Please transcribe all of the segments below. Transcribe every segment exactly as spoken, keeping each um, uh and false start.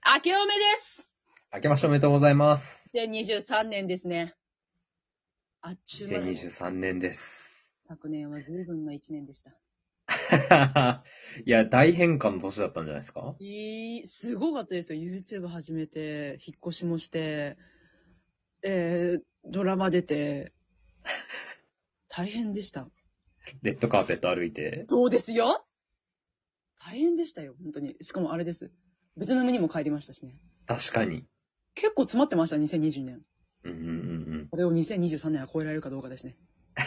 明けおめです。 明けましておめでとうございます。 にせんにじゅうさんねんですね。あっちゅう間。 にせんにじゅうさんねんです。 昨年は随分ないちねんでした。 いや、大変化の年だったんじゃないですか？ いい、すごかったですよ。YouTube 始めて、引っ越しもして、えー、ドラマ出て、大変でした。 レッドカーペット歩いて。 そうですよ。大変でしたよ、本当に。しかもあれです。ベトナムにも帰りましたしね。 確かに。 結構詰まってました、にせんにじゅうねん。 うんうんうんうん。 これをにせんにじゅうさんねんは超えられるかどうかですね。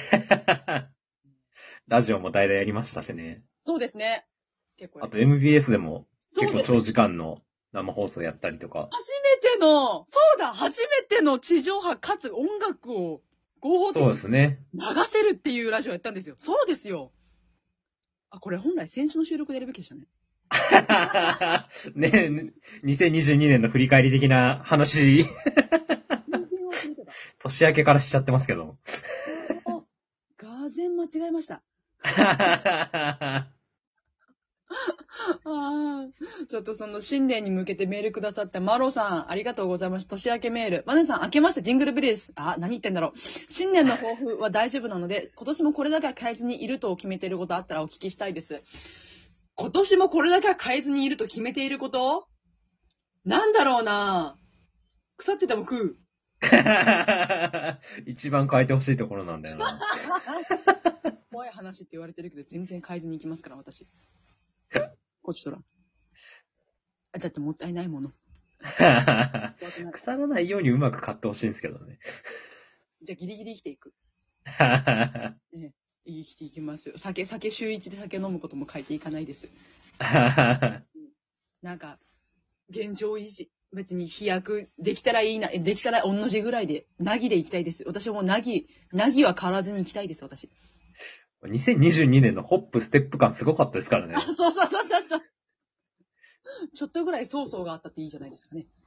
ラジオも代々やりましたしね。 そうですね。結構やあとりました。 エムビーエス でもそうです。 結構長時間の生放送やったりとか。 初めての、そうだ、初めての地上波かつ音楽を合法的そうにですね。 流せるっていうラジオやったんですよ。そうですよ。あ、これ本来先週の収録でやるべきでしたね。 ね、にせんにじゅうにねんの振り返り的な話、 全然忘れてた。 年明けからしちゃってますけど。 がぜん間違えました。ああ、ちょっとその新年に向けてメールくださったマロさん、ありがとうございます。年明けメール。マネさん、明けましてジングルベリーです。あ、何言ってんだろう。新年の抱負は大丈夫なので、今年もこれだけは変えずにいると決めていることあったらお聞きしたいです。今年もこれだけは変えずにいると決めていること？なんだろうな。腐ってても食う。 一番変えてほしいところなんだよな。 怖い話って言われてるけど、全然変えずに行きますから、私。こっちとら。だってもったいないもの。 腐らないようにうまく買ってほしいんですけどね。 じゃあギリギリ生きていく。ね、生きていきますよ。酒、酒週一で酒飲むことも変えていかないです。なんか、現状維持。別に飛躍できたらいいな、できたら同じぐらいで、なぎで行きたいです。私はもうなぎ、なぎは変わらずに行きたいです、私。 にせんにじゅうにねんのホップステップ感すごかったですからね。 あ、そうそうそうそうそう。ちょっとぐらい曹操があったっていいじゃないですかね。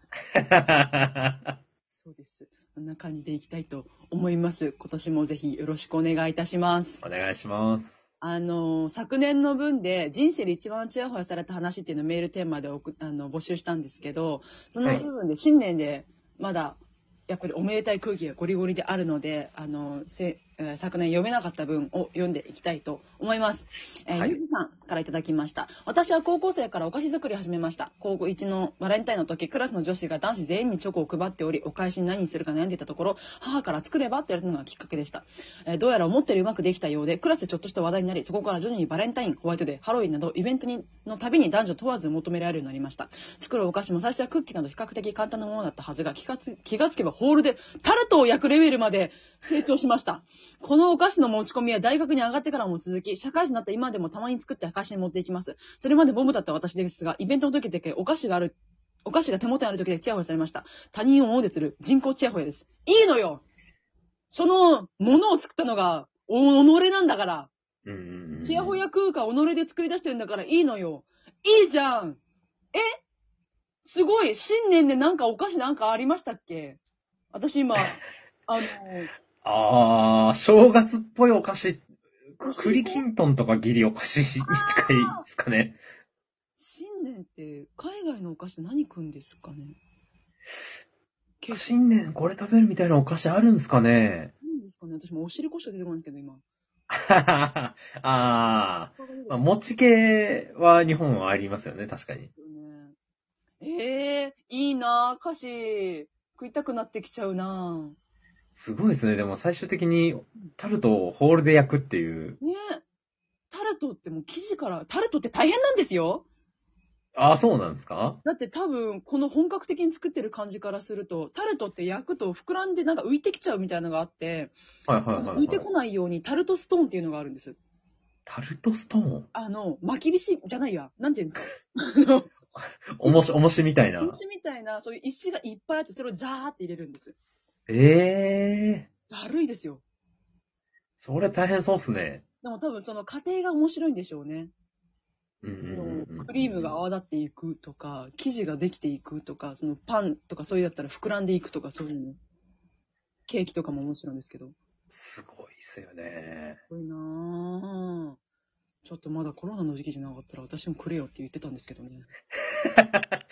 そうです。こんな感じでいきたいと思います。今年もぜひよろしくお願いいたします。 お願いします。 あの、昨年の分で人生で一番チヤホヤされた話っていうのをメールテーマで送あの募集したんですけど、その部分で新年でまだやっぱりおめでたい空気がゴリゴリであるので、あの、せえー昨年読めなかった文を読んでいきたいと思います。えーはいゆずさんからいただきました。私は高校生からお菓子作りを始めました。高校いちのバレンタインの時、クラスの女子が男子全員にチョコを配っており、お返しに何にするか悩んでいたところ、母から作ればって言われたのがきっかけでした。えーどうやら思ったよりうまくできたようで、クラスでちょっとした話題になり、そこから徐々にバレンタイン、ホワイトデー、ハロウィンなどイベントにのたびに男女問わず求められるようになりました。作るお菓子も最初はクッキーなど比較的簡単なものだったはずが、気がつ気がつけばホールでタルトを焼くレベルまで成長しました。このお菓子の持ち込みは大学に上がってからも続き、社会人になった今でもたまに作って会社に持っていきます。それまでボムだった私ですが、イベントの時だけお菓子がある、お菓子が手元にある時でチヤホヤされました。他人を詣でする人工チヤホヤです。いいのよ。そのものを作ったのがお己なんだから。 うんうんうん、 チヤホヤ空間を己で作り出してるんだからいいのよ。いいじゃん。えすごい。新年でなんかお菓子なんかありましたっけ？私今、あの、 あー、正月っぽいお菓子、 おし栗きんとんとかギリお菓子に近いですかね。 新年って海外のお菓子何食うんですかね？結構新年これ食べるみたいなお菓子あるんすかね。 何ですかね？私もお汁粉しか出てこないんですけど、今。 あー、まあ、餅系は日本はありますよね、確かに。 ええー、いいなぁ。菓子、食いたくなってきちゃうなすごいですね。でも最終的にタルトをホールで焼くっていう。 ぁ。ねえ。タルトってもう生地から、タルトって大変なんですよ。 ああ、そうなんですか？ だって多分、この本格的に作ってる感じからすると、タルトって焼くと膨らんでなんか浮いてきちゃうみたいなのがあって、 はいはいそのはいはい。 浮いてこないようにタルトストーンっていうのがあるんです。 タルトストーンあの、巻き菱じゃないや。なんていうんですか。 おもし、おもしみたいな。 石みたいな、そういう石がいっぱいあって、それをザーって入れるんです。 ええー。 だるいですよ。 それ大変そうっすね。 でも多分その過程が面白いんでしょうね。 うんうんそのうんうん。 クリームが泡立っていくとか、生地ができていくとか、そのパンとかそういうだったら膨らんでいくとかそういうの。ケーキとかももちろんですけど。 すごいっすよね。 すごいなぁ。ちょっとまだコロナの時期じゃなかったら私もくれよって言ってたんですけどね。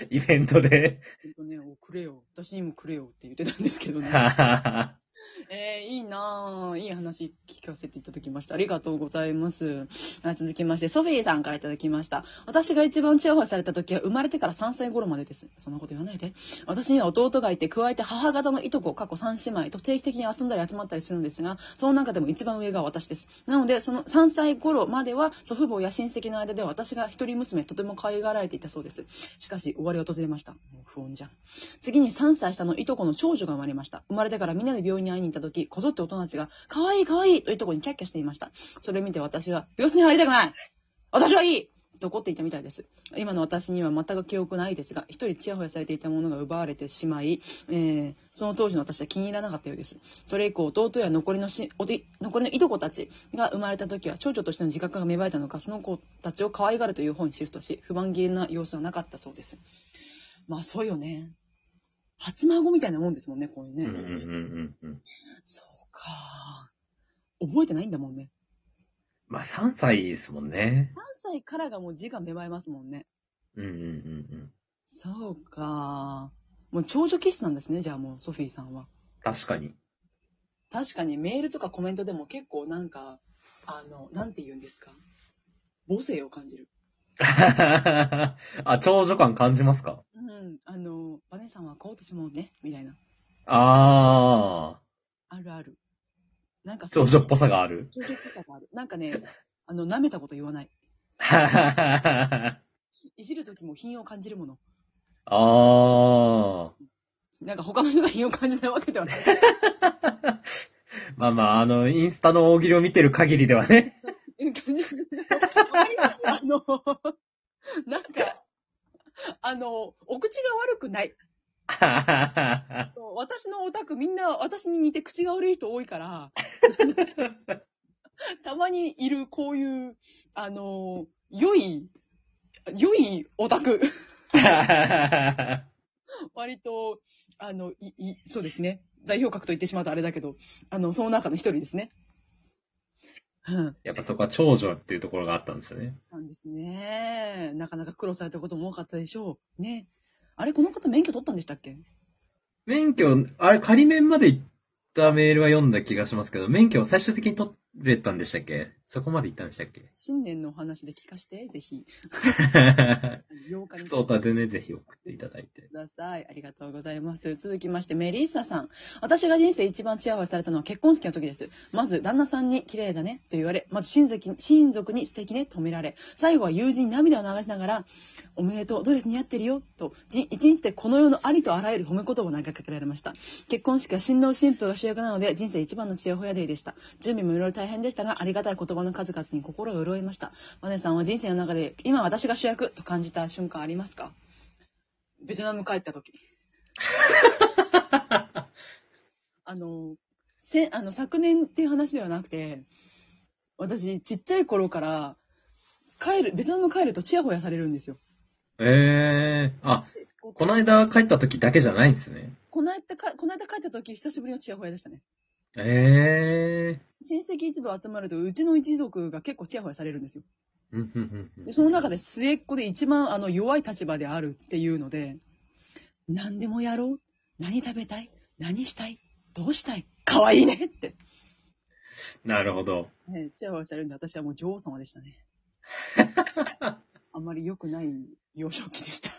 イベントで。 ほんとね、おくれよ。私にもくれよって言ってたんですけどね。えー、いいなぁ。いい話聞かせていただきました。ありがとうございます。はい、続きまして、ソフィーさんからいただきました。私が一番チヤホヤされた時は生まれてからさんさい頃までです。そんなこと言わないで。私には弟がいて、加えて母方のいとこ、過去さん姉妹と定期的に遊んだり集まったりするんですが、その中でも一番上が私です。なので、そのさんさい頃までは祖父母や親戚の間では私が一人娘、とても可愛がられていたそうです。しかし、終わり訪れました。もう不穏じゃん。次にさんさい下のいとこの長女が生まれました。生まれてからみんなで病院に会いに行った時、こぞって大人たちが、可愛い可愛いといとこにキャッキャしていました。それを見て私は、病室に入りたくない、私はいいと怒っていたみたいです。今の私には全く記憶ないですが、一人チヤホヤされていたものが奪われてしまい、えー、その当時の私は気に入らなかったようです。それ以降、弟や残りのし、おで、残りのいとこたちが生まれた時は、長女としての自覚が芽生えたのか、その子たちを可愛がるという方にシフトし、不満げな様子はなかったそうです。まあ、そうよね。初孫みたいなもんですもんね、こういうね。 うんうんうんうん。 そうか。覚えてないんだもんね。 まあさんさいですもんね。 さんさいからがもう字が芽生えますもんね。 うんうんうんうん。 そうか。もう長女気質なんですね、じゃあもうソフィーさんは。 確かに。 確かにメールとかコメントでも結構なんか、あの、なんて言うんですか。母性を感じる。 あ、長女感感じますか？ うん。あの、バネさんはこうですもんね、みたいな。 ああるある。なんかー、 そういう長女っぽさがある。 長女っぽさがある。なんかね、あの、舐めたこと言わない。いじるときも品を感じるもの。 あー。 なんか他の人が品を感じないわけではない。 まあまあ、あの、インスタの大喜利を見てる限りではね。 わかりますあの、なんか、あの、お口が悪くない。私のオタクみんな私に似て口が悪い人多いから、たまにいるこういう、あの、良い、良いオタク。割と、あの、い、い、そうですね。代表格と言ってしまうとあれだけど、あの、その中の一人ですね。うん。 やっぱそこは長女っていうところがあったんですよね。 なんですね。なかなか苦労されたことも多かったでしょう。ね。あれ、この方免許取ったんでしたっけ？ 免許、あれ仮免まで行ったメールは読んだ気がしますけど、免許を最終的に取れたんでしたっけ？そこまで行ったんでしたっけ？ 新年のお話で聞かして、ぜひ。ようかに。 そうだでね、ぜひ送っていただいて。 ください。ありがとうございます。続きまして、メリッサさん。私が人生一番チヤホヤされたのは結婚式の時です。まず、旦那さんに綺麗だねと言われ、まず親族親族に素敵ねと褒められ、最後は友人に涙を流しながら、おめでとう、ドレス似合ってるよ、と、一日でこの世のありとあらゆる褒め言葉を投げかけられました。結婚式は新郎新婦が主役なので、人生一番のチヤホヤデーでした。準備もいろいろ大変でしたが、ありがたい言葉の数々に心が潤いました。マネさんは人生の中で、今私が主役と感じた瞬間ありますか？ベトナム帰った時。あの、せ、あの、昨年っていう話ではなくて、私、ちっちゃい頃から、帰る、ベトナム帰るとチヤホヤされるんですよ。 ええー、あ、この間帰った時だけじゃないんですね。 この間か、この間帰った時、久しぶりのチヤホヤでしたね。 ええー。 親戚一同集まると、うちの一族が結構チヤホヤされるんですよ。 うんうんうん、 でその中で末っ子で一番あの弱い立場であるっていうので、何でもやろう。何食べたい？何したい？どうしたい？可愛いねって。 なるほど。 ね、チヤホヤされるんで、私はもう女王様でしたね。あんまり良くない幼少期でした。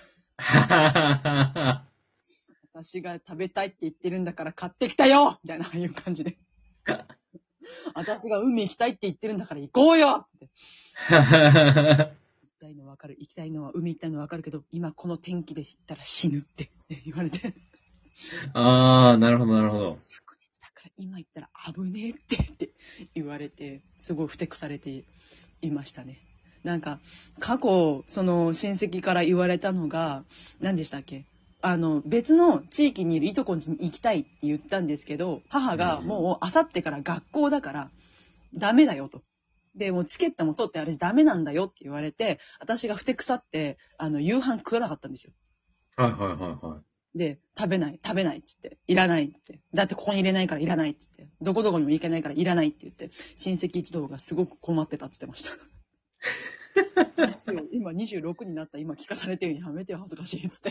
私が食べたいって言ってるんだから買ってきたよみたいな、ああいう感じで。私が海行きたいって言ってるんだから行こうよって。行きたいの分かる。行きたいのは海行きたいの分かるけど、今この天気で行ったら死ぬって言われて。 ああ、なるほど、なるほど。 灼熱だから今行ったら危ねえってって言われて、すごいふてくされていましたね。なんか、過去、その親戚から言われたのが、何でしたっけ？あの、別の地域にいるいとこん家に行きたいって言ったんですけど、母がもうあさってから学校だから、ダメだよと。で、もうチケットも取ってあれダメなんだよって言われて、私がふてくさって、あの、夕飯食わなかったんですよ。 はいはいはいはい。 で、食べない、食べないって言って、いらないって。だってここに入れないからいらないって言って、どこどこにも行けないからいらないって言って、親戚一同がすごく困ってたって言ってました。 今にじゅうろくになった今聞かされてるやめてよ恥ずかしいっつって。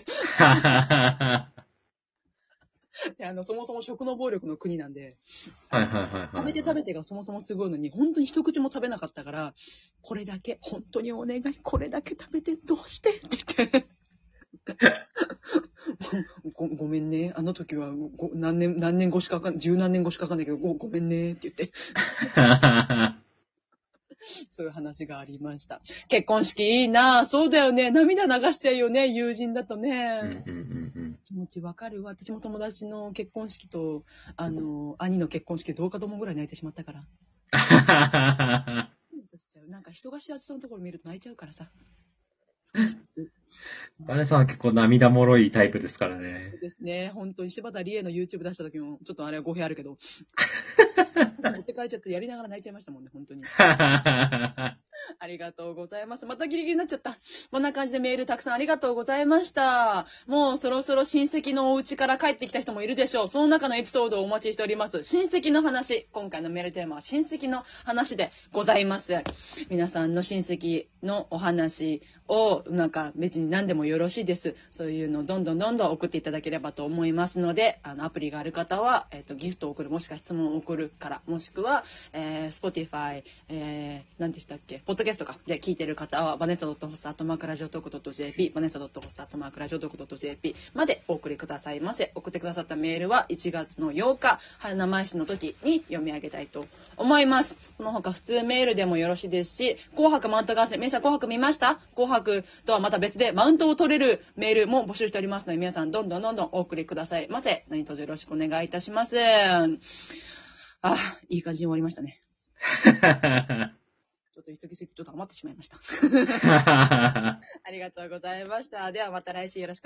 であのそもそも食の暴力の国なんで、 はいはいはいはい。 食べて食べてがそもそもすごいのに、本当に一口も食べなかったから、これだけ、本当にお願い、これだけ食べて、どうしてって言って。ご, ごめんね。あの時はご何年、何年越しかわかんない、十何年越しかわかんないけど、ごごめんねって言って。そういう話がありました。結婚式いいなぁ。そうだよね。涙流しちゃうよね。友人だとね。 うんうんうんうん、 気持ちわかるわ。私も友達の結婚式と、あの、兄の結婚式でどうかと思うぐらい泣いてしまったから。そうしちゃう。なんか人が幸せそうなところ見ると泣いちゃうからさ。そうなんです。 バネさんは結構涙もろいタイプですからね。 そうですね。本当に柴田理恵の YouTube 出した時も、ちょっとあれは語弊あるけど、持って帰っちゃってやりながら泣いちゃいましたもんね、本当に。ありがとうございます。またギリギリになっちゃった。こんな感じでメールたくさんありがとうございました。もうそろそろ親戚のお家から帰ってきた人もいるでしょう。その中のエピソードをお待ちしております。親戚の話。今回のメールテーマは親戚の話でございます。皆さんの親戚のお話を、なんか別に何でもよろしいです。そういうのをどんどんどんどん送っていただければと思いますので、あのアプリがある方は、えっと、ギフトを送る、もしくは質問を送るから、もしくは、えー、Spotify、えー、何でしたっけ、ポッドキャストかで聞いてる方は、バネッタ .ホスト アットマークラジオトーク .jp、バネッタ .ホスト アットマークラジオトーク .jp までお送りくださいませ。送ってくださったメールはいちがつのようか、生石の時に読み上げたいと思います。その他普通メールでもよろしいですし、紅白マウント合戦、皆さん紅白見ました？紅白とはまた別でマウントを取れるメールも募集しておりますので、皆さんどんどんどんどんお送りくださいませ。何卒よろしくお願いいたします。あ、いい感じに終わりましたね。ちょっと急ぎすぎてちょっと余ってしまいました。ありがとうございました。ではまた来週よろしく。